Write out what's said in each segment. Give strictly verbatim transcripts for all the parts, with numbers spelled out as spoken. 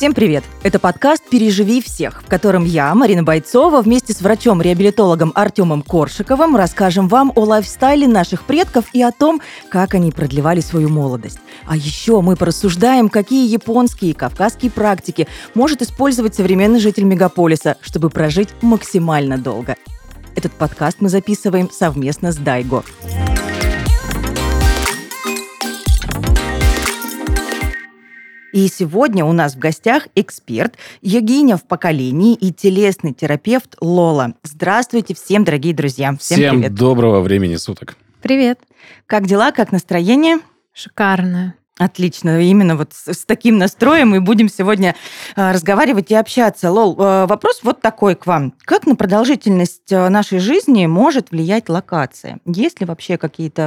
Всем привет! Это подкаст «Переживи всех», в котором я, Марина Бойцова, вместе с врачом-реабилитологом Артемом Коршиковым расскажем вам о лайфстайле наших предков и о том, как они продлевали свою молодость. А еще мы порассуждаем, какие японские и кавказские практики может использовать современный житель мегаполиса, чтобы прожить максимально долго. Этот подкаст мы записываем совместно с Дайго. И сегодня у нас в гостях эксперт, йогиня в поколении и телесный терапевт Лола. Здравствуйте всем, дорогие друзья. Всем, всем привет. Доброго времени суток. Привет. Как дела, как настроение? Шикарно. Отлично. Именно вот с, с таким настроем мы будем сегодня а, разговаривать и общаться. Лол, а, вопрос вот такой к вам. Как на продолжительность нашей жизни может влиять локация? Есть ли вообще какие-то,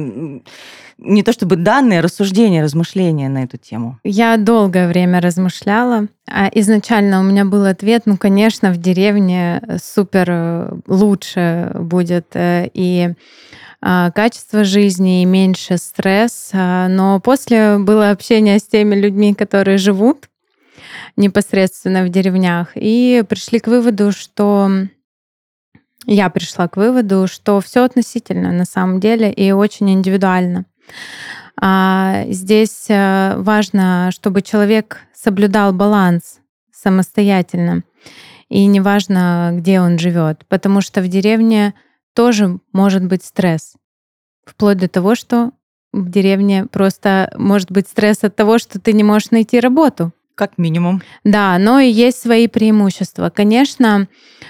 не то чтобы данные, рассуждения, размышления на эту тему? Я долгое время размышляла. Изначально у меня был ответ, ну, конечно, в деревне супер лучше будет и качество жизни, и меньше стресс. Но после было общение с теми людьми, которые живут непосредственно в деревнях, и пришли к выводу, что я пришла к выводу, что все относительно на самом деле и очень индивидуально. Здесь важно, чтобы человек соблюдал баланс самостоятельно, и неважно, где он живет, потому что в деревне тоже может быть стресс. Вплоть до того, что в деревне просто может быть стресс от того, что ты не можешь найти работу. Как минимум. Да, но и есть свои преимущества. Конечно,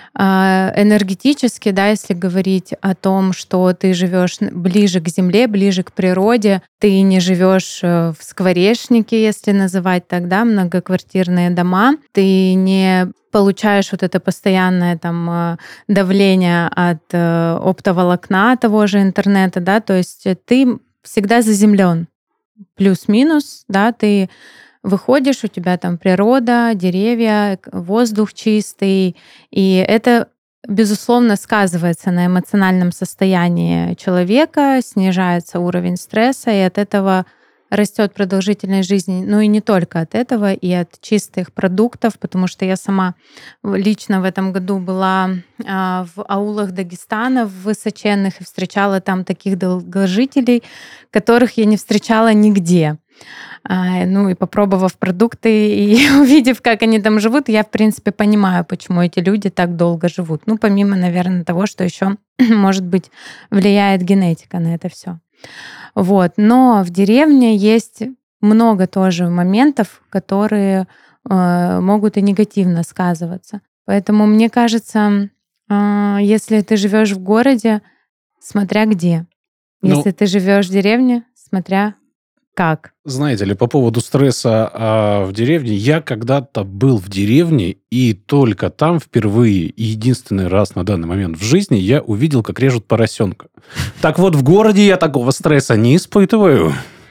энергетически, да, если говорить о том, что ты живешь ближе к земле, ближе к природе, ты не живешь в скворечнике, если называть так, да, многоквартирные дома, ты не получаешь вот это постоянное там давление от оптоволокна того же интернета, да, то есть ты всегда заземлен. Плюс-минус, да, ты выходишь, у тебя там природа, деревья, воздух чистый, и это, безусловно, сказывается на эмоциональном состоянии человека, снижается уровень стресса, и от этого растет продолжительность жизни. Ну и не только от этого, и от чистых продуктов, потому что я сама лично в этом году была в аулах Дагестана, в высоченных, и встречала там таких долгожителей, которых я не встречала нигде. Ну и попробовав продукты и увидев, как они там живут, я, в принципе, понимаю, почему эти люди так долго живут. Ну, помимо, наверное, того, что еще, может быть, влияет генетика на это все. Вот. Но в деревне есть много тоже моментов, которые э, могут и негативно сказываться. Поэтому мне кажется, э, если ты живешь в городе, смотря где. Ну, если ты живешь в деревне, смотря как. Знаете ли, по поводу стресса а, в деревне, я когда-то был в деревне, и только там впервые и единственный раз на данный момент в жизни я увидел, как режут поросенка. Так вот, в городе я такого стресса не испытываю.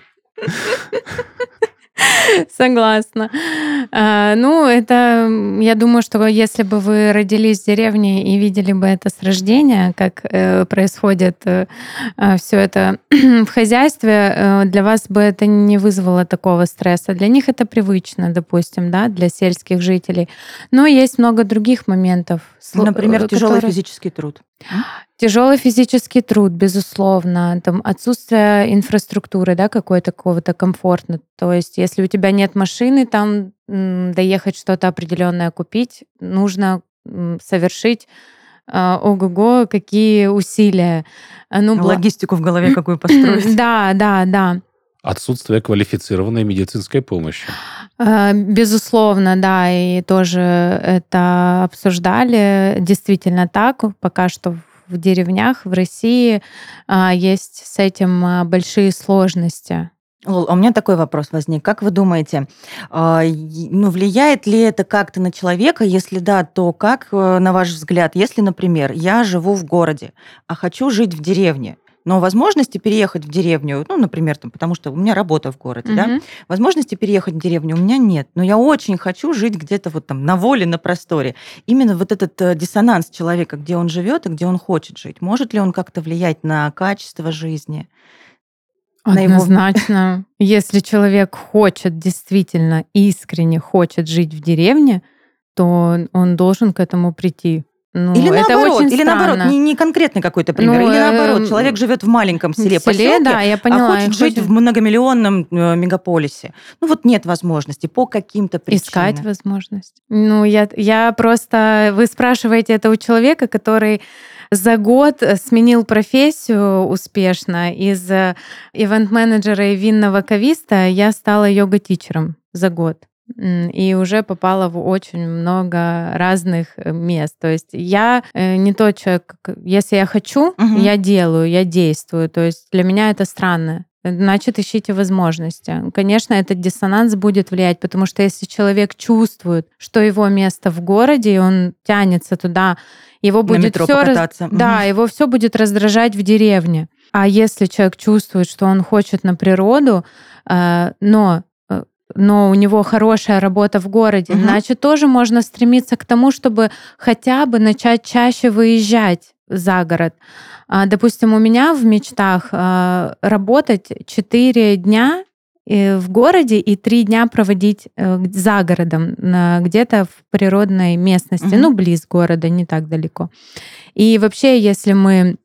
Согласна. А, ну, это, я думаю, что если бы вы родились в деревне и видели бы это с рождения, как э, происходит э, все это в хозяйстве, э, для вас бы это не вызвало такого стресса. Для них это привычно, допустим, да, для сельских жителей. Но есть много других моментов. Например, которые... тяжелый физический труд. Тяжелый физический труд, безусловно, там отсутствие инфраструктуры, да, какой-то какого-то комфорта. То есть, если у тебя нет машины, там доехать что-то определенное купить, нужно совершить э, ого-го, какие усилия. Ну, логистику в голове какую построить. Да, да, да. Отсутствие квалифицированной медицинской помощи. Безусловно, да, и тоже это обсуждали. Действительно так. Пока что в деревнях, в России есть с этим большие сложности. Лол, а у меня такой вопрос возник. Как вы думаете, ну, влияет ли это как-то на человека? Если да, то как, на ваш взгляд? Если, например, я живу в городе, а хочу жить в деревне, но возможности переехать в деревню, ну, например, там, потому что у меня работа в городе, mm-hmm. да, возможности переехать в деревню у меня нет, но я очень хочу жить где-то вот там на воле, на просторе. Именно вот этот диссонанс человека, где он живет и где он хочет жить, может ли он как-то влиять на качество жизни? на его... Однозначно. Если человек хочет, действительно искренне хочет жить в деревне, то он, он должен к этому прийти. Ну, или это наоборот, очень или странно. наоборот, не, не конкретный какой-то пример, Ну, или наоборот, эм, человек живет в маленьком селе, селе, поселке, да, я поняла, а хочет и жить хочет- в многомиллионном э, мегаполисе. Ну вот нет возможности по каким-то Искать причинам. возможность. Ну, я, я просто... Вы спрашиваете это у человека, который за год сменил профессию успешно. Из э, ивент-менеджера и винного кависта я стала йога-тичером за год. М, И уже попала в очень много разных э, мест. То есть я э, не тот человек, к- если я хочу, Мгм. я делаю, я действую. То есть для меня это странно. Значит, ищите возможности. Конечно, этот диссонанс будет влиять, потому что если человек чувствует, что его место в городе, и он тянется туда, его На будет метро все покататься. да, Мгм. его все будет раздражать в деревне. А если человек чувствует, что он хочет на природу, э, но э, но у него хорошая работа в городе, Мгм. значит, тоже можно стремиться к тому, чтобы хотя бы начать чаще выезжать за город. А, Допустим, у меня в мечтах а, работать четыре дня э, в городе и три дня проводить э, г- за городом, на- где-то в природной местности, Мгм. ну, близ города, не так далеко. И вообще, если мы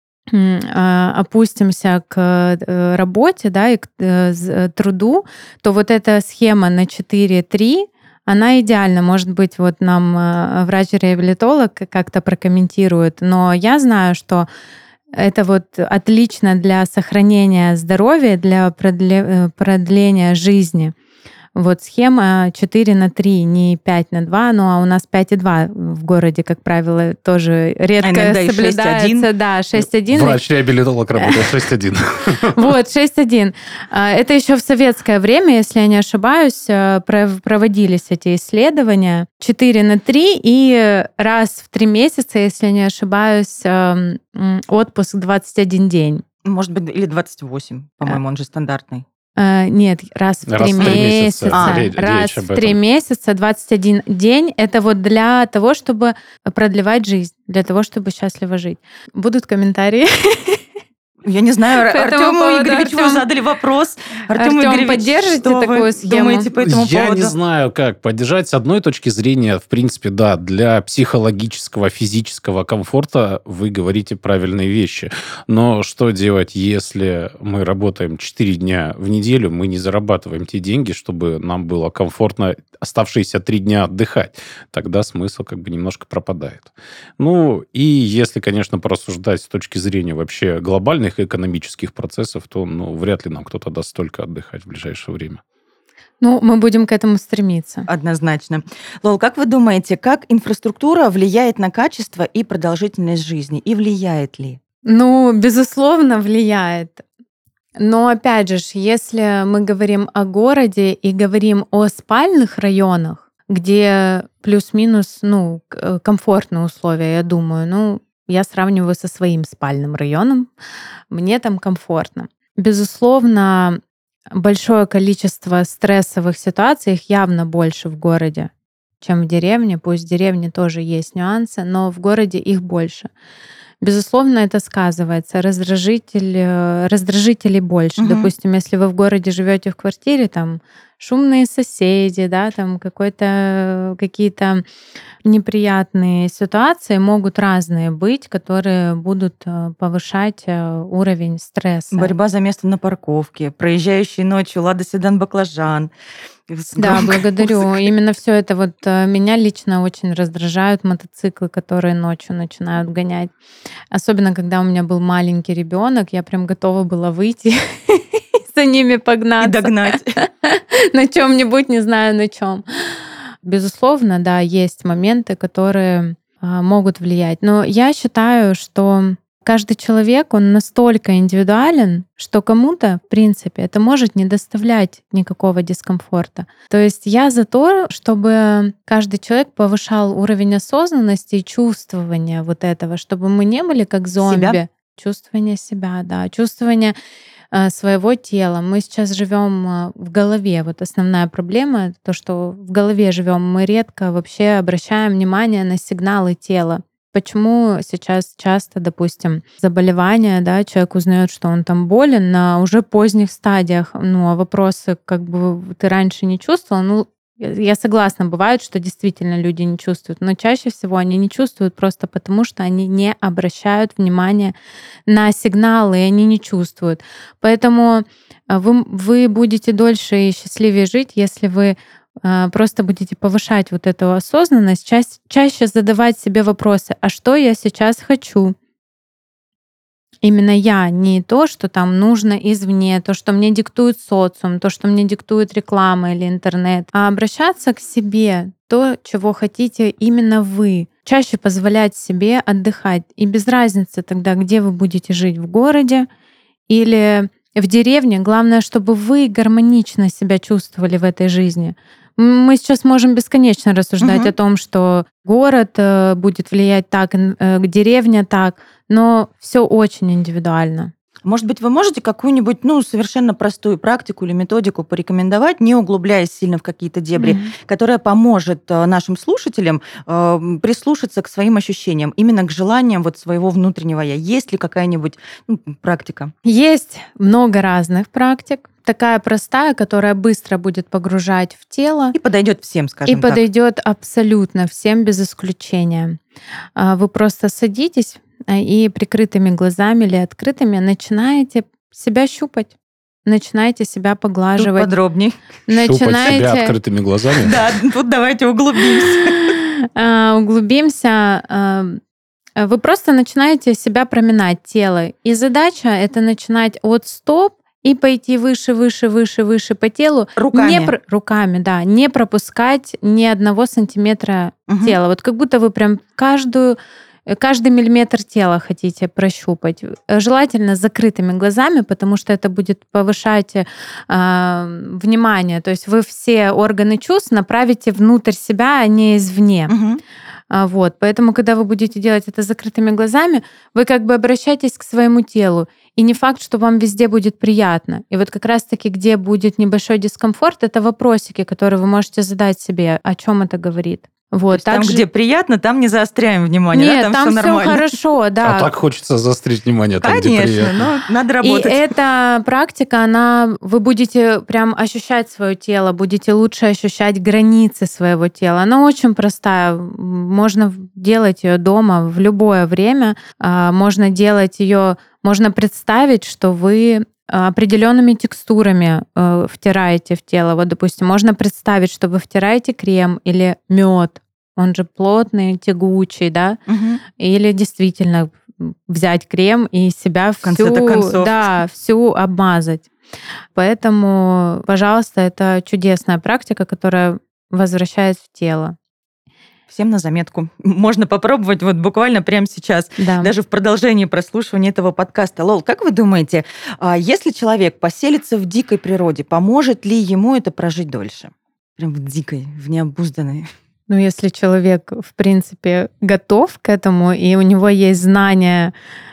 м, а, опустимся к э, работе, да, и к э, з- э, труду, то вот эта схема на четыре-три, она идеальна. Может быть, вот нам э, врач-реабилитолог как-то прокомментирует, но я знаю, что это вот отлично для сохранения здоровья, для продле- э, продления жизни. Вот схема четыре на три, не пять на два, ну а у нас пять и два в городе, как правило, тоже А редко иногда и шесть один. соблюдается. Да, шесть один. Врач-реабилитолог работает шесть один. Вот, шесть один. А, Это еще в советское время, если я не ошибаюсь, э, пров- проводились эти исследования. четыре на три и раз в три месяца, если я не ошибаюсь, эм, м, отпуск двадцать один день. Может быть, или двадцать восемь, по-моему, он же стандартный. Э, Нет, раз в Раз три в три месяца. месяца. А, речь- Раз речь об в три этом. месяца, двадцать один день. Это вот для того, чтобы продлевать жизнь, для того, чтобы счастливо жить. Будут комментарии? Я не знаю, По этому Артему поводу, Игоревичу вы Артём- задали вопрос. Артем Артём, Игоревич, поддержите что вы такую схему? думаете по этому Я поводу? не знаю, как поддержать. С одной точки зрения, в принципе, да, для психологического, физического комфорта вы говорите правильные вещи. Но что делать, если мы работаем четыре дня в неделю, мы не зарабатываем те деньги, чтобы нам было комфортно оставшиеся три дня отдыхать? Тогда смысл как бы немножко пропадает. Ну, и если, конечно, порассуждать с точки зрения вообще глобальных экономических процессов, то, ну, вряд ли нам кто-то даст столько отдыхать в ближайшее время. Ну, мы будем к этому стремиться. Однозначно. Лол, как вы думаете, как инфраструктура влияет на качество и продолжительность жизни? И влияет ли? Ну, безусловно, влияет. Но опять же, ж, если мы говорим о городе и говорим о спальных районах, где плюс-минус, ну, к- э, комфортные условия, я думаю, ну, я сравниваю со своим спальным районом, мне там комфортно. Безусловно, большое количество стрессовых ситуаций, их явно больше в городе, чем в деревне. Пусть в деревне тоже есть нюансы, но в городе их больше. Безусловно, это сказывается. Раздражитель, э, раздражителей больше. Мгм. Допустим, если вы в городе живете в квартире, там шумные соседи, да, там какой-то, какие-то неприятные ситуации могут разные быть, которые будут э, повышать э, уровень стресса. Борьба за место на парковке, проезжающий ночью Лада Седан Баклажан. с Да, громкой благодарю. музыкой. Именно все это вот э, меня лично очень раздражают мотоциклы, которые ночью начинают гонять. Особенно, когда у меня был маленький ребенок, я прям готова была выйти и за ними И погнаться догнать. на чем-нибудь, не знаю на чем. Безусловно, да, есть моменты, которые а, могут влиять. Но я считаю, что каждый человек, он настолько индивидуален, что кому-то, в принципе, это может не доставлять никакого дискомфорта. То есть я за то, чтобы каждый человек повышал уровень осознанности и чувствования вот этого, чтобы мы не были как зомби. Себя? Чувствование себя, да, чувствование э, своего тела. Мы сейчас живем э, в голове. Вот основная проблема, то, что в голове живем, мы редко вообще обращаем внимание на сигналы тела. почему сейчас часто, допустим, заболевание, да, человек узнает, что он там болен на уже поздних стадиях, ну, а вопросы, как бы ты раньше не чувствовал, ну, я согласна, бывает, что действительно люди не чувствуют, но чаще всего они не чувствуют просто потому, что они не обращают внимания на сигналы, и они не чувствуют. Поэтому вы, вы будете дольше и счастливее жить, если вы а, просто будете повышать вот эту осознанность, ча- чаще задавать себе вопросы, а что я сейчас хочу? Именно я, не то, что там нужно извне, то, что мне диктует социум, то, что мне диктует реклама или интернет, а обращаться к себе, то, чего хотите именно вы. Чаще позволять себе отдыхать. И без разницы тогда, где вы будете жить, в городе или в деревне. Главное, чтобы вы гармонично себя чувствовали в этой жизни. Мы сейчас можем бесконечно рассуждать Мгм. о том, что город э, будет влиять так, н- э, деревня так, но все очень индивидуально. Может быть, вы можете какую-нибудь, ну, совершенно простую практику или методику порекомендовать, не углубляясь сильно в какие-то дебри, Мгм. которая поможет э, нашим слушателям э, прислушаться к своим ощущениям, именно к желаниям вот своего внутреннего я. Есть ли какая-нибудь ну, практика? Есть много разных практик. Такая простая, которая быстро будет погружать в тело И подойдет всем, и скажем так. подойдет абсолютно всем без исключения. А, Вы просто садитесь а, и прикрытыми глазами или открытыми начинаете себя щупать, начинаете себя Тут поглаживать, подробнее. Щупать себя начинаете открытыми глазами? Да, тут давайте углубимся. а, углубимся. а, Вы просто начинаете себя проминать тело. И задача — это начинать от стоп и пойти выше, выше, выше, выше по телу. Руками. Не про- руками, да. Не пропускать ни одного сантиметра Мгм. тела. Вот как будто вы прям каждую э, каждый миллиметр тела хотите прощупать. Э, Желательно с закрытыми глазами, потому что это будет повышать э, а, внимание. То есть вы все органы чувств направите внутрь себя, а не извне. Мгм. А, Вот. Поэтому, когда вы будете делать это с закрытыми глазами, вы как бы обращаетесь к своему телу. И не факт, что вам везде будет приятно. И вот как раз-таки, где будет небольшой дискомфорт, это вопросики, которые вы можете задать себе, о чем это говорит. То Вот. есть там, Также- где приятно, там не заостряем внимание, Нет, да? Там, там все все нормально. хорошо, да. А так хочется заострить внимание там, где Конечно, приятно. но надо И работать. эта практика, она, вы будете прям ощущать свое тело, будете лучше ощущать границы своего тела. Она очень простая, можно делать ее дома в любое время, А, можно делать ее, можно представить, что вы определенными текстурами э, втираете в тело. Вот, допустим, можно представить, что вы втираете крем или мед. Он же плотный, тягучий, да? Мгм. Или действительно взять крем и себя В конце-то всю, концов. да, всю обмазать. Поэтому, пожалуйста, это чудесная практика, которая возвращает в тело. Всем на заметку. Можно попробовать вот буквально прямо сейчас. Да. Даже в продолжении прослушивания этого подкаста. Лол, как вы думаете, а если человек поселится в дикой природе, поможет ли ему это прожить дольше? Прям в дикой, в необузданной. Ну, если человек, в принципе, готов к этому, и у него есть знания,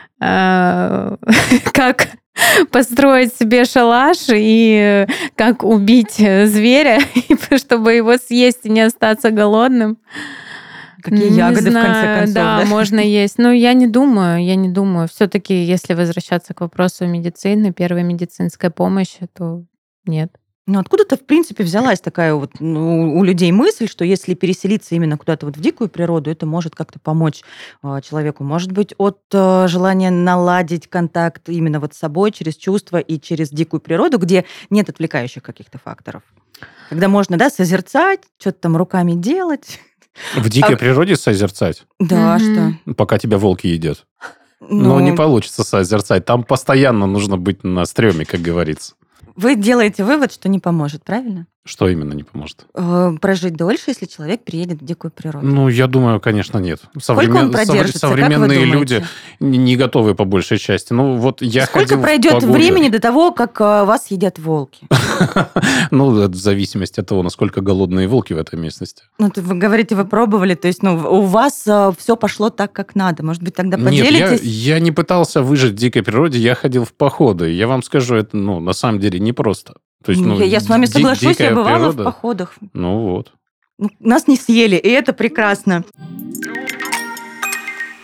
э, как построить себе шалаш и как убить зверя, чтобы его съесть и не остаться голодным. Какие Не ягоды, в конце знаю, концов, да, да? можно есть. Ну, я не думаю, я не думаю. Все-таки, если возвращаться к вопросу медицины, первой медицинской помощи, то нет. Ну, откуда-то, в принципе, взялась такая вот ну, у людей мысль, что если переселиться именно куда-то вот в дикую природу, это может как-то помочь а, человеку. Может быть, от а, желания наладить контакт именно вот с собой через чувства и через дикую природу, где нет отвлекающих каких-то факторов. Когда можно, да, созерцать, что-то там руками делать. В дикой А- природе созерцать, Да, Мгм. что? пока тебя волки едят. Ну, Но не получится созерцать. Там постоянно нужно быть на стреме, как говорится. Вы делаете вывод, что не поможет, правильно? Что именно не поможет? Э, Прожить дольше, если человек переедет в дикую природу. Ну, я думаю, конечно, нет. Сколько он Современ- продержится, как вы Современные думаете? люди не не готовы по большей части. Ну, вот я Сколько ходил в пройдет погоду. времени до того, как э, вас едят волки? Ну, это в зависимости от того, насколько голодные волки в этой местности. Ну, ты- вы говорите, вы пробовали, то есть, ну, у вас все пошло так, как надо. Может быть, тогда Нет, я, поделитесь? я не пытался выжить в дикой природе, я ходил в походы. Я вам скажу, это, ну, на самом деле непросто. То есть, ну, я, я с вами ди- соглашусь, я дикая бывала природа. в походах. Ну, вот. Ну, нас не съели, и это прекрасно.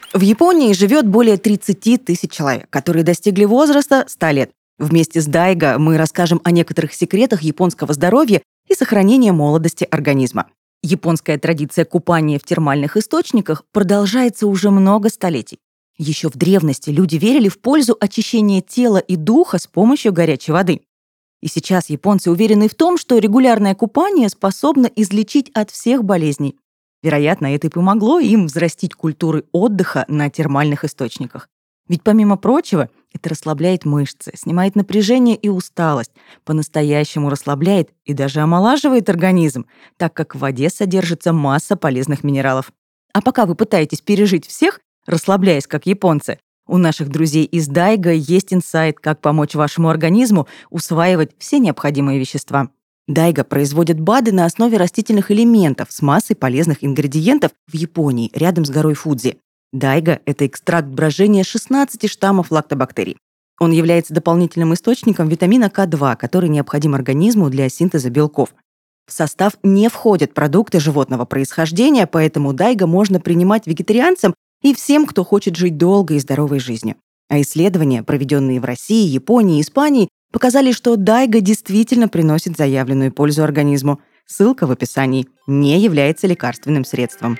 В Японии живет более тридцать тысяч человек, которые достигли возраста ста лет. Вместе с Дайго мы расскажем о некоторых секретах японского здоровья и сохранения молодости организма. Японская традиция купания в термальных источниках продолжается уже много столетий. Еще в древности люди верили в пользу очищения тела и духа с помощью горячей воды. И сейчас японцы уверены в том, что регулярное купание способно излечить от всех болезней. Вероятно, это и помогло им взрастить культуры отдыха на термальных источниках. Ведь, помимо прочего, это расслабляет мышцы, снимает напряжение и усталость, по-настоящему расслабляет и даже омолаживает организм, так как в воде содержится масса полезных минералов. А пока вы пытаетесь пережить всех, расслабляясь как японцы, у наших друзей из Дайго есть инсайт, как помочь вашему организму усваивать все необходимые вещества. Дайго производит БАДы на основе растительных элементов с массой полезных ингредиентов в Японии, рядом с горой Фудзи. Дайго – это экстракт брожения шестнадцати штаммов лактобактерий. Он является дополнительным источником витамина ка два, который необходим организму для синтеза белков. В состав не входят продукты животного происхождения, поэтому Дайго можно принимать вегетарианцам и всем, кто хочет жить долгой и здоровой жизнью. А исследования, проведенные в России, Японии и Испании, показали, что Дайго действительно приносит заявленную пользу организму. Ссылка в описании. Не является лекарственным средством.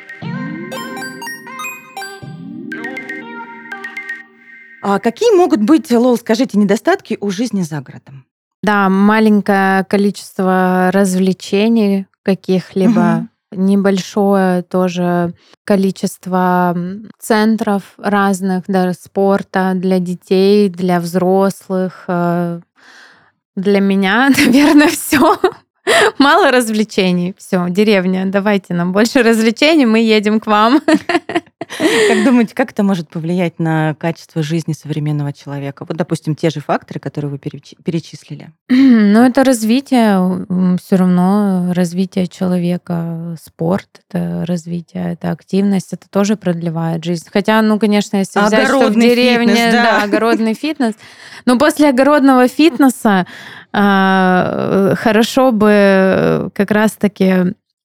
А какие могут быть, Лол, скажите, недостатки у жизни за городом? Да, маленькое количество развлечений каких-либо, угу. небольшое тоже количество центров разных, да, спорта для детей, для взрослых. Для меня, наверное, все. Мало развлечений. Все, деревня, давайте нам больше развлечений, мы едем к вам. Как думаете, как это может повлиять на качество жизни современного человека? Вот, допустим, те же факторы, которые вы перечислили. Ну, это развитие, все равно развитие человека, спорт, это развитие, это активность, это тоже продлевает жизнь. Хотя, ну, конечно, если взять, что в деревне, фитнес, да. да, огородный фитнес. Но после огородного фитнеса э, хорошо бы как раз-таки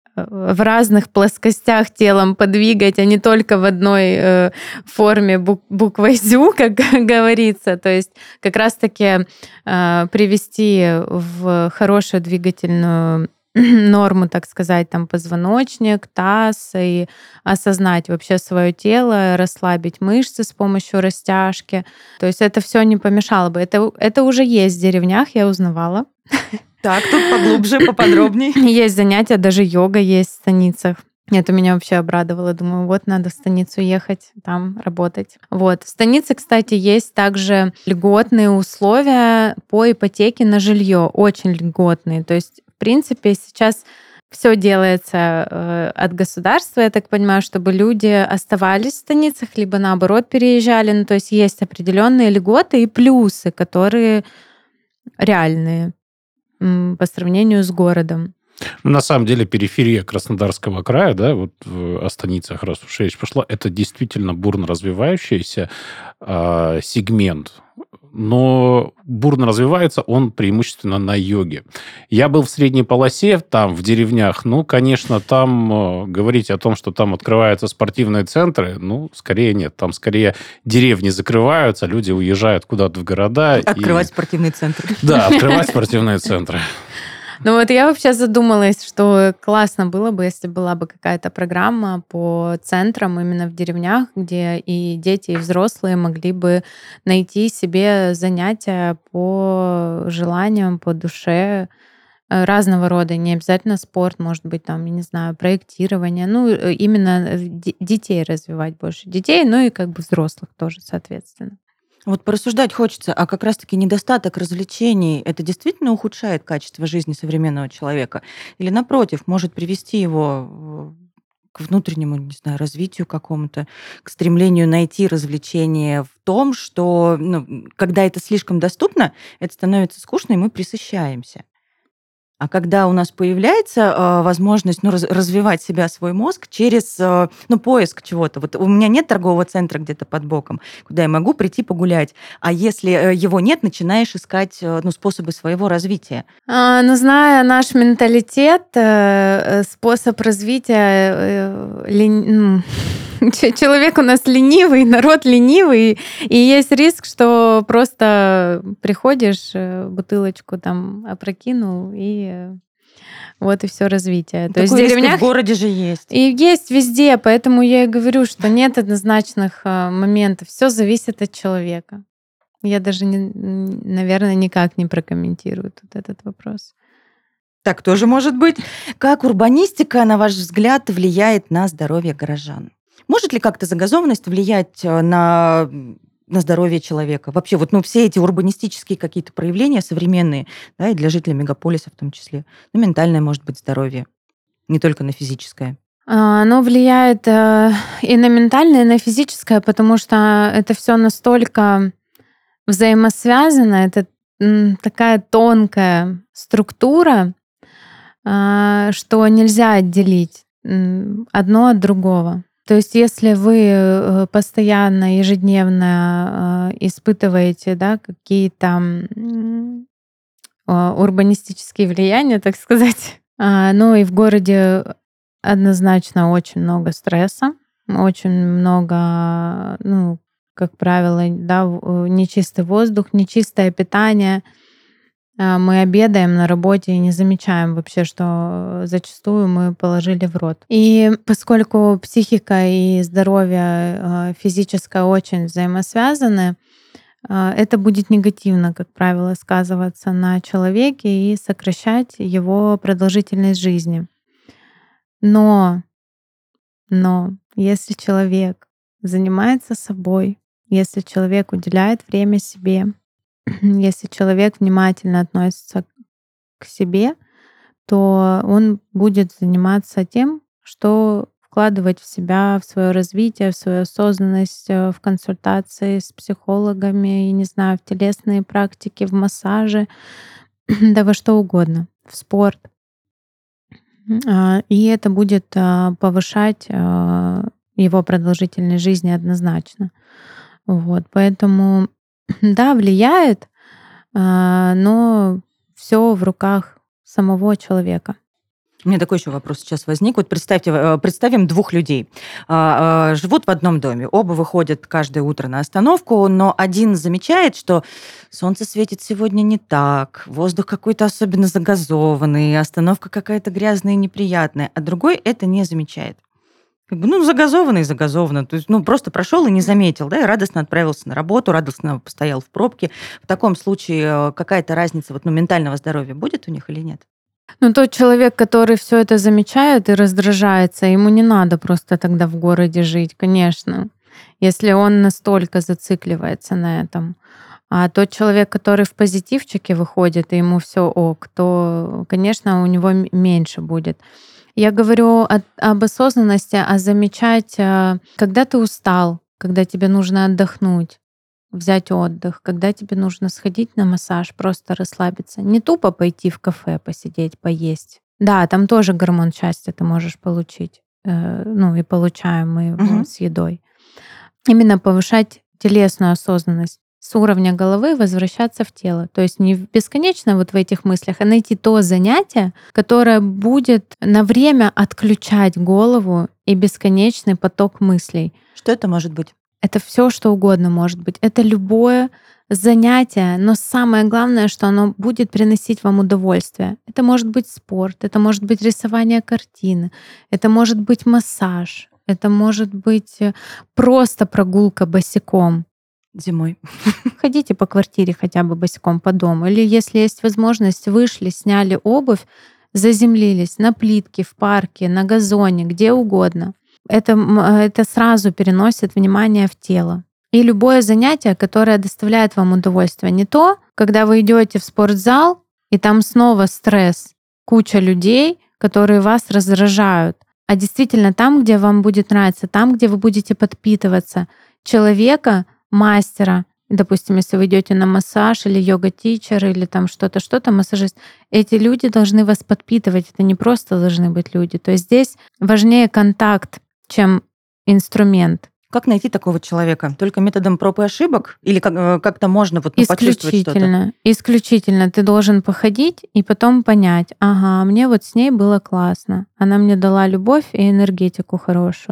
в разных плоскостях телом подвигать, а не только в одной э, форме бук- буквой «зю», как говорится. То есть как раз-таки э, привести в хорошую двигательную норму, так сказать, там позвоночник, таз, и осознать вообще свое тело, расслабить мышцы с помощью растяжки. То есть это все не помешало бы. Это, это уже есть в деревнях, я узнавала. Так, тут поглубже, поподробнее. Есть занятия, даже йога есть в станицах. Это меня вообще обрадовало. Думаю, вот надо в станицу ехать, там работать. Вот. В станице, кстати, есть также льготные условия по ипотеке на жилье. Очень льготные. То есть, в принципе, сейчас все делается э, от государства, я так понимаю, чтобы люди оставались в станицах, либо наоборот переезжали. Ну, то есть есть определенные льготы и плюсы, которые реальные по сравнению с городом. На самом деле периферия Краснодарского края, да, вот о станицах, раз уж речь пошла, это действительно бурно развивающийся э, сегмент. Но бурно развивается он преимущественно на юге. Я был в средней полосе, там, в деревнях. Ну, конечно, там э, говорить о том, что там открываются спортивные центры, ну, скорее нет. Там скорее деревни закрываются, люди уезжают куда-то в города. Открывать и... спортивные центры. Да, открывать спортивные центры. Ну вот я вообще задумалась, что классно было бы, если была бы какая-то программа по центрам именно в деревнях, где и дети, и взрослые могли бы найти себе занятия по желаниям, по душе разного рода, не обязательно спорт, может быть, там, я не знаю, проектирование, ну, именно детей развивать больше. Детей, ну и как бы взрослых тоже, соответственно. Вот порассуждать хочется, а как раз-таки недостаток развлечений, это действительно ухудшает качество жизни современного человека? Или, напротив, может привести его к внутреннему, не знаю, развитию какому-то, к стремлению найти развлечение в том, что, ну, когда это слишком доступно, это становится скучно, и мы пресыщаемся. А когда у нас появляется э, возможность, ну, раз, развивать себя, свой мозг через э, ну, поиск чего-то. Вот у меня нет торгового центра где-то под боком, куда я могу прийти погулять. А если э, его нет, начинаешь искать э, ну, способы своего развития. А, ну, зная наш менталитет, э, способ развития... Э, лень... Человек у нас ленивый, народ ленивый, и есть риск, что просто приходишь, бутылочку там опрокинул, и вот и все развитие. То Такой есть в риск деревнях в городе же есть. и есть везде, поэтому я и говорю, что нет однозначных а, моментов. Все зависит от человека. Я даже, не, наверное, никак не прокомментирую тут этот вопрос. Так тоже может быть. Как урбанистика, на ваш взгляд, влияет на здоровье горожан? Может ли как-то загазованность влиять на, на здоровье человека? Вообще, вот ну, все эти урбанистические какие-то проявления современные, да, и для жителей мегаполиса в том числе, на ментальное, может быть, здоровье, не только на физическое. А, Оно влияет э, и на ментальное, и на физическое, потому что это все настолько взаимосвязано, это м, такая тонкая структура, а, что нельзя отделить м, одно от другого. То есть если вы э, постоянно, ежедневно э, испытываете, да, какие-то м, э, урбанистические влияния, так сказать, а, ну и в городе однозначно очень много стресса, очень много, ну, как правило, да, в- э, нечистый воздух, нечистое питание. А, Мы обедаем на работе и не замечаем вообще, что зачастую мы положили в рот. И поскольку психика и здоровье э, физическое очень взаимосвязаны, э, это будет негативно, как правило, сказываться на человеке и сокращать его продолжительность жизни. Но, но если человек занимается собой, если человек уделяет время себе, если человек внимательно относится к себе, то он будет заниматься тем, что вкладывать в себя, в свое развитие, в свою осознанность, э, в консультации с психологами, и, не знаю, в телесные практики, в массаже, да во что угодно, в спорт. А, И это будет а, повышать а, его продолжительность жизни однозначно. Вот, поэтому, да, влияет, а, но все в руках самого человека. У меня такой еще вопрос сейчас возник. Вот представьте, э, представим двух людей. А, а, Живут в одном доме. Оба выходят каждое утро на остановку, но один замечает, что солнце светит сегодня не так, воздух какой-то особенно загазованный, остановка какая-то грязная и неприятная, а другой это не замечает. Как бы, ну, загазованно и загазованно. То есть, ну, просто прошел и не заметил, да, и радостно отправился на работу, радостно постоял в пробке. В таком случае э, какая-то разница вот, ну, ментального здоровья будет у них или нет? Ну, тот человек, который все это замечает и раздражается, ему не надо просто тогда в городе жить, конечно, если он настолько зацикливается на этом. А тот человек, который в позитивчике выходит, и ему все ок, то, конечно, у него м- меньше будет. Я говорю о- об осознанности, а замечать, а, когда ты устал, когда тебе нужно отдохнуть, взять отдых, когда тебе нужно сходить на массаж, просто расслабиться. Не тупо пойти в кафе, посидеть, поесть. Да, там тоже гормон счастья ты можешь получить. э, Ну и получаем мы его Мгм. с едой. Именно повышать телесную осознанность. С уровня головы возвращаться в тело. То есть не в- бесконечно вот в этих мыслях, а найти то занятие, которое будет на время отключать голову и бесконечный поток мыслей. Что это может быть? Это все, что угодно может быть. Это любое занятие, но самое главное, что оно будет приносить вам удовольствие. Это может быть спорт, это может быть рисование картины, это может быть массаж, это может быть э, просто прогулка босиком. Зимой. Ходите по квартире хотя бы босиком по дому. Или если есть возможность, вышли, сняли обувь, заземлились на плитке, в парке, на газоне, где угодно. Это, м, э, это сразу переносит внимание в тело. И любое занятие, которое доставляет вам удовольствие. Не то, когда вы идете в спортзал, и там снова стресс, куча людей, которые вас раздражают, а действительно там, где вам будет нравиться, там, где вы будете подпитываться человека, мастера. Допустим, если вы идете на массаж или йога-тичер, или там что-то, что-то, массажист, эти люди должны вас подпитывать. Это не просто должны быть люди. То есть здесь важнее контакт, чем инструмент. Как найти такого человека? Только методом проб и ошибок? Или как- э, как-то можно вот, ну, почувствовать что-то? Исключительно. Исключительно. Ты должен походить и потом понять, ага, мне вот с ней было классно. Она мне дала любовь и энергетику хорошую.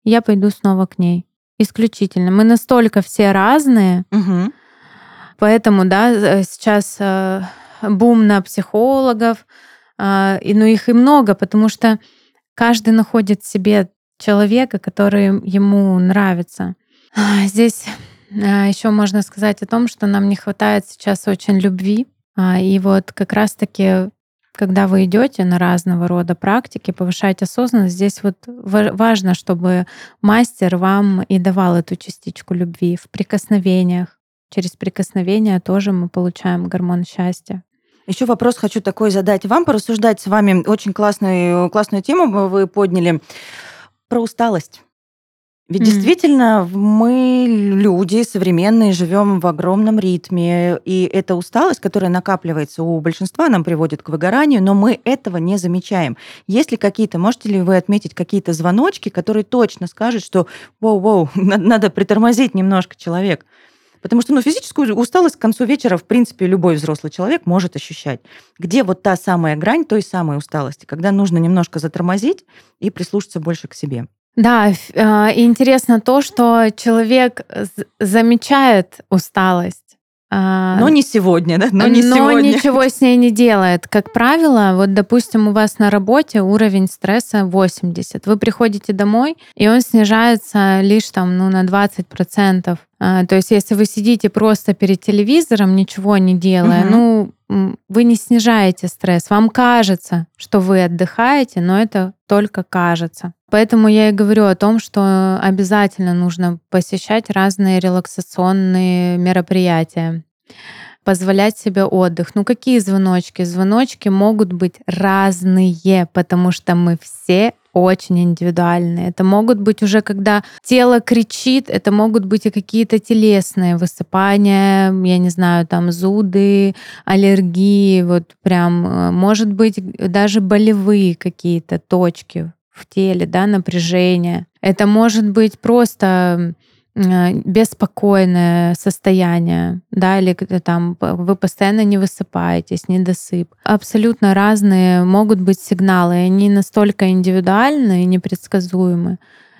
я пойду снова к ней. Исключительно. Мы настолько все разные, Угу. поэтому, да, сейчас э, бум на психологов, э, и, ну, их и много, потому что каждый находит в себе человека, который ему нравится. А, Здесь еще можно сказать о том, что нам не хватает сейчас очень любви. А, И вот как раз-таки, когда вы идете на разного рода практики, повышать осознанность, здесь вот ва- важно, чтобы мастер вам и давал эту частичку любви в прикосновениях. Через прикосновения тоже мы получаем гормон счастья. Еще вопрос хочу такой задать вам, порассуждать с вами. Очень классную, классную тему вы подняли про усталость. Ведь М. действительно мы, люди современные, живем в огромном ритме, и эта усталость, которая накапливается у большинства, нам приводит к выгоранию, но мы этого не замечаем. Есть ли какие-то, можете ли вы отметить какие-то звоночки, которые точно скажут, что воу-воу, надо притормозить немножко человек? Потому что ну, физическую усталость к концу вечера, в принципе, любой взрослый человек может ощущать. Где вот та самая грань той самой усталости, когда нужно немножко затормозить и прислушаться больше к себе? Да, ф- э, и интересно то, что человек з- замечает усталость, а, Но не сегодня, да? Но не но сегодня. ничего с ней не делает. Как правило, вот, допустим, у вас на работе уровень стресса восемьдесят. Вы приходите домой, и он снижается лишь там, ну, на двадцать процентов. А, То есть, если вы сидите просто перед телевизором, ничего не делая, Мгм. ну, м, вы не снижаете стресс. Вам кажется, что вы отдыхаете, но это только кажется. Поэтому я и говорю о том, что обязательно нужно посещать разные релаксационные мероприятия, позволять себе отдых. Ну какие звоночки? Звоночки могут быть разные, потому что мы все очень индивидуальные. Это могут быть уже, когда тело кричит, это могут быть и какие-то телесные высыпания, я не знаю, там зуды, аллергии, вот прям, э, может быть, даже болевые какие-то точки в теле, да, напряжение. Это может быть просто э, беспокойное состояние, да, или когда там п- вы постоянно не высыпаетесь, недосып. Абсолютно разные могут быть сигналы, и они настолько индивидуальны и непредсказуемы.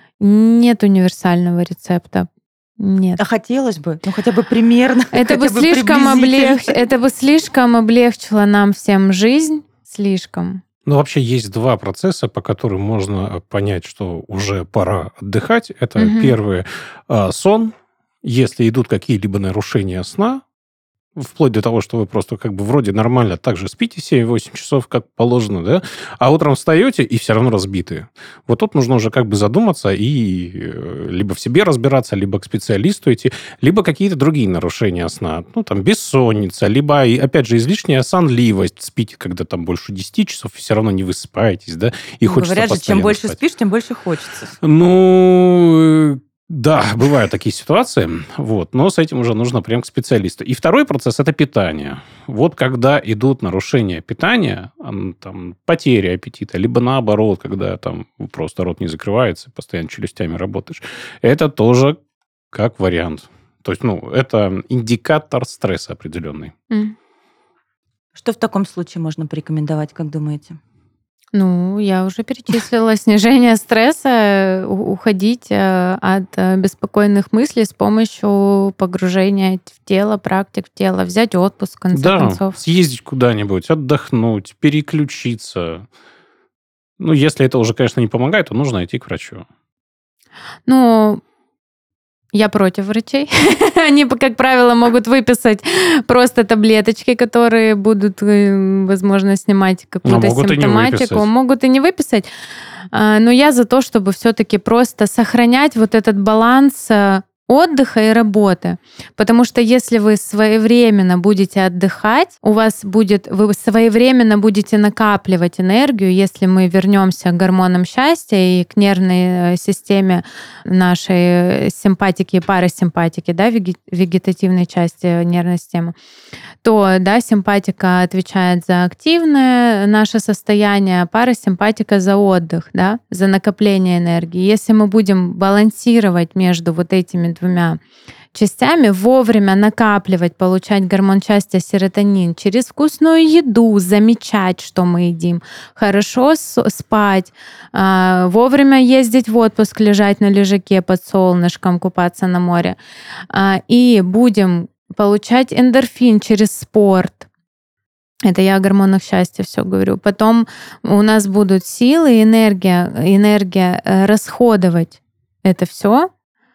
Нет универсального рецепта. Нет. А хотелось бы, ну хотя бы примерно, Это бы хотя бы слишком приблизительно. облег... это бы слишком облегчило нам всем жизнь. Слишком. Ну, вообще есть два процесса, по которым можно понять, что уже пора отдыхать. Это Мгм. первый а, сон. Если идут какие-либо нарушения сна, вплоть до того, что вы просто как бы вроде нормально так же спите семь-восемь часов, как положено, да, а утром встаете и все равно разбитые. Вот тут нужно уже как бы задуматься и э, либо в себе разбираться, либо к специалисту идти, либо какие-то другие нарушения сна. Ну, там, бессонница, либо, и, опять же, излишняя сонливость. Спите, когда там больше десяти часов, все равно не высыпаетесь, да, и Ну, хочется говорят же, чем постоянно больше спать. спишь, тем больше хочется. Ну, да, бывают такие ситуации, вот, но с этим уже нужно прям к специалисту. И второй процесс – это питание. Вот когда идут нарушения питания, ам, там, потеря аппетита, либо наоборот, когда там просто рот не закрывается, постоянно челюстями работаешь, это тоже как вариант. То есть, ну, это индикатор стресса определенный. М. Что в таком случае можно порекомендовать, как думаете? Ну, я уже перечислила снижение стресса, у- уходить э, от э, беспокойных мыслей с помощью погружения в тело, практик в тело, взять отпуск, в конце Да, концов. съездить куда-нибудь, отдохнуть, переключиться. Ну, если это уже, конечно, не помогает, то нужно идти к врачу. Ну, я против врачей. Они, как правило, могут выписать просто таблеточки, которые будут, э, возможно, снимать какую-то могут и не симптоматику. выписать. Могут и не выписать. А, Но я за то, чтобы все-таки просто сохранять вот этот баланс э, отдыха и работы. Потому что если вы своевременно будете отдыхать, у вас будет, вы своевременно будете накапливать энергию, если мы вернемся к гормонам счастья и к нервной э, системе нашей симпатики и парасимпатики, да, веге- вегетативной части нервной системы, то, да, симпатика отвечает за активное наше состояние, а парасимпатика за отдых, да, за накопление энергии. Если мы будем балансировать между вот этими двумя частями, вовремя накапливать, получать гормон счастья серотонин через вкусную еду, замечать, что мы едим, хорошо спать, вовремя ездить в отпуск, лежать на лежаке под солнышком, купаться на море. И будем получать эндорфин через спорт. Это я о гормонах счастья все говорю. Потом у нас будут силы, энергия, энергия расходовать это все,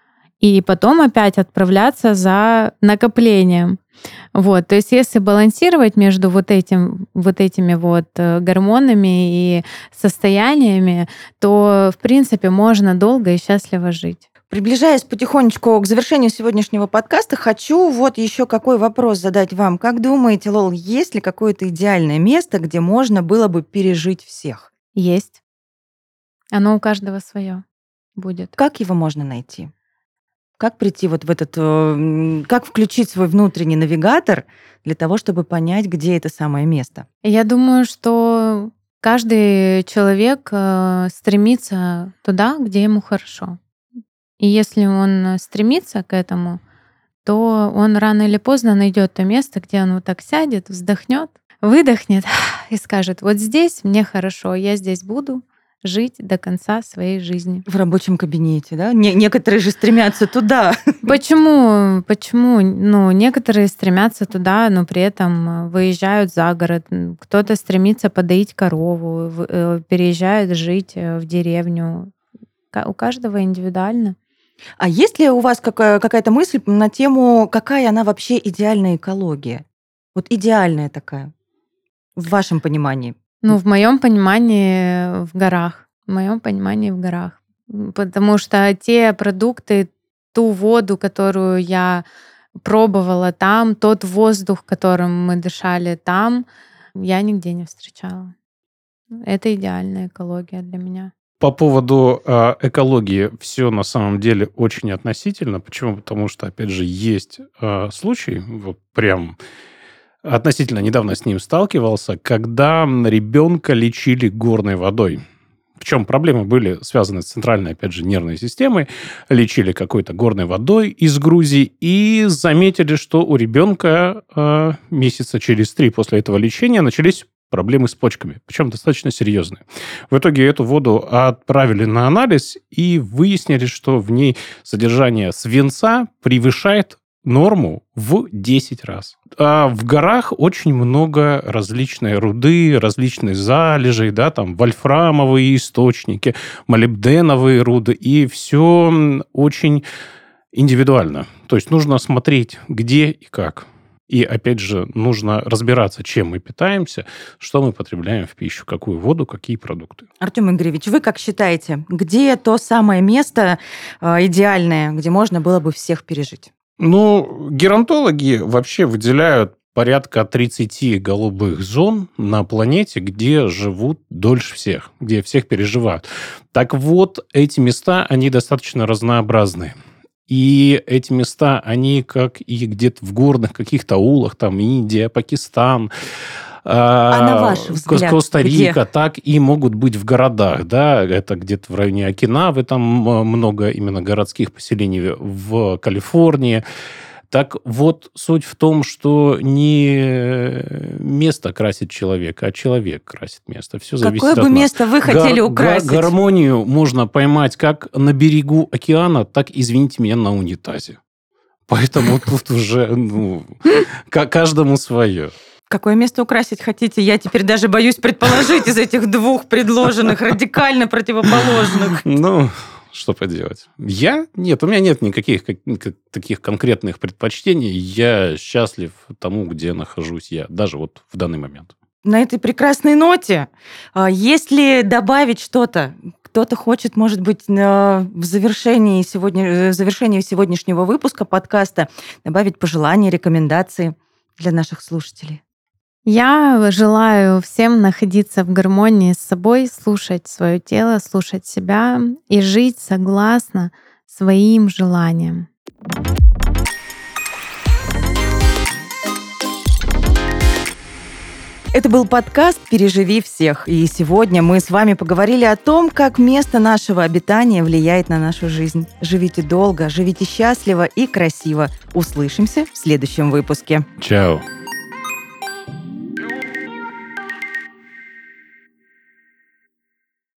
и потом опять отправляться за накоплением. Вот, то есть если балансировать между вот, этим, вот этими вот гормонами и состояниями, то, в принципе, можно долго и счастливо жить. Приближаясь потихонечку к завершению сегодняшнего подкаста, хочу вот еще какой вопрос задать вам. Как думаете, Лол, есть ли какое-то идеальное место, где можно было бы пережить всех? Есть. Оно у каждого свое будет. Как его можно найти? Как прийти вот в этот... Как включить свой внутренний навигатор для того, чтобы понять, где это самое место? Я думаю, что каждый человек стремится туда, где ему хорошо. И если он стремится к этому, то он рано или поздно найдет то место, где он вот так сядет, вздохнет, выдохнет и скажет: вот здесь мне хорошо, я здесь буду жить до конца своей жизни. В рабочем кабинете, да? Не- некоторые же стремятся туда. Почему? Почему? Ну, некоторые стремятся туда, но при этом выезжают за город. Кто-то стремится подоить корову, переезжает жить в деревню. У каждого индивидуально. А есть ли у вас какая- какая-то мысль на тему, какая она вообще идеальная экология? Вот идеальная такая, в вашем понимании. Ну, в моем понимании в горах. В моем понимании в горах. Потому что те продукты, ту воду, которую я пробовала там, тот воздух, которым мы дышали там, я нигде не встречала. Это идеальная экология для меня. По поводу э, экологии все на самом деле очень относительно. Почему? Потому что, опять же, есть э, случай, вот прям относительно недавно с ним сталкивался, когда ребенка лечили горной водой. В чем проблемы были связаны с центральной, опять же, нервной системой. Лечили какой-то горной водой из Грузии и заметили, что у ребенка э, месяца через три после этого лечения начались проблемы с почками, причем достаточно серьезные. В итоге эту воду отправили на анализ и выяснили, что в ней содержание свинца превышает норму в десять раз. А в горах очень много различной руды, различных залежей, да, там вольфрамовые источники, молибденовые руды, и все очень индивидуально. То есть нужно смотреть, где и как. И, опять же, нужно разбираться, чем мы питаемся, что мы потребляем в пищу, какую воду, какие продукты. Артем Игоревич, вы как считаете, где то самое место э, идеальное, где можно было бы всех пережить? Ну, геронтологи вообще выделяют порядка тридцать голубых зон на планете, где живут дольше всех, где всех переживают. Так вот, эти места, они достаточно разнообразные. И эти места, они как и где-то в горных каких-то аулах, там Индия, Пакистан, а на ваш взгляд, Коста-Рика, где? так и могут быть в городах. Да? Это где-то в районе Окинавы, там много именно городских поселений, в Калифорнии. Так вот, суть в том, что не место красит человека, а человек красит место. Все зависит Какое от бы нас. место вы хотели Гар- украсить? гар- гармонию можно поймать как на берегу океана, так, извините меня, на унитазе. Поэтому тут уже ну, каждому свое. Какое место украсить хотите? Я теперь даже боюсь предположить из этих двух предложенных, радикально противоположных. Ну... Что поделать? Я? Нет, у меня нет никаких как, как, таких конкретных предпочтений. Я счастлив тому, где нахожусь я, даже вот в данный момент. На этой прекрасной ноте, если добавить что-то, кто-то хочет, может быть, в завершении, сегодня, в завершении сегодняшнего выпуска подкаста добавить пожелания, рекомендации для наших слушателей. Я желаю всем находиться в гармонии с собой, слушать свое тело, слушать себя и жить согласно своим желаниям. Это был подкаст «Переживи всех». И сегодня мы с вами поговорили о том, как место нашего обитания влияет на нашу жизнь. Живите долго, живите счастливо и красиво. Услышимся в следующем выпуске. Чао.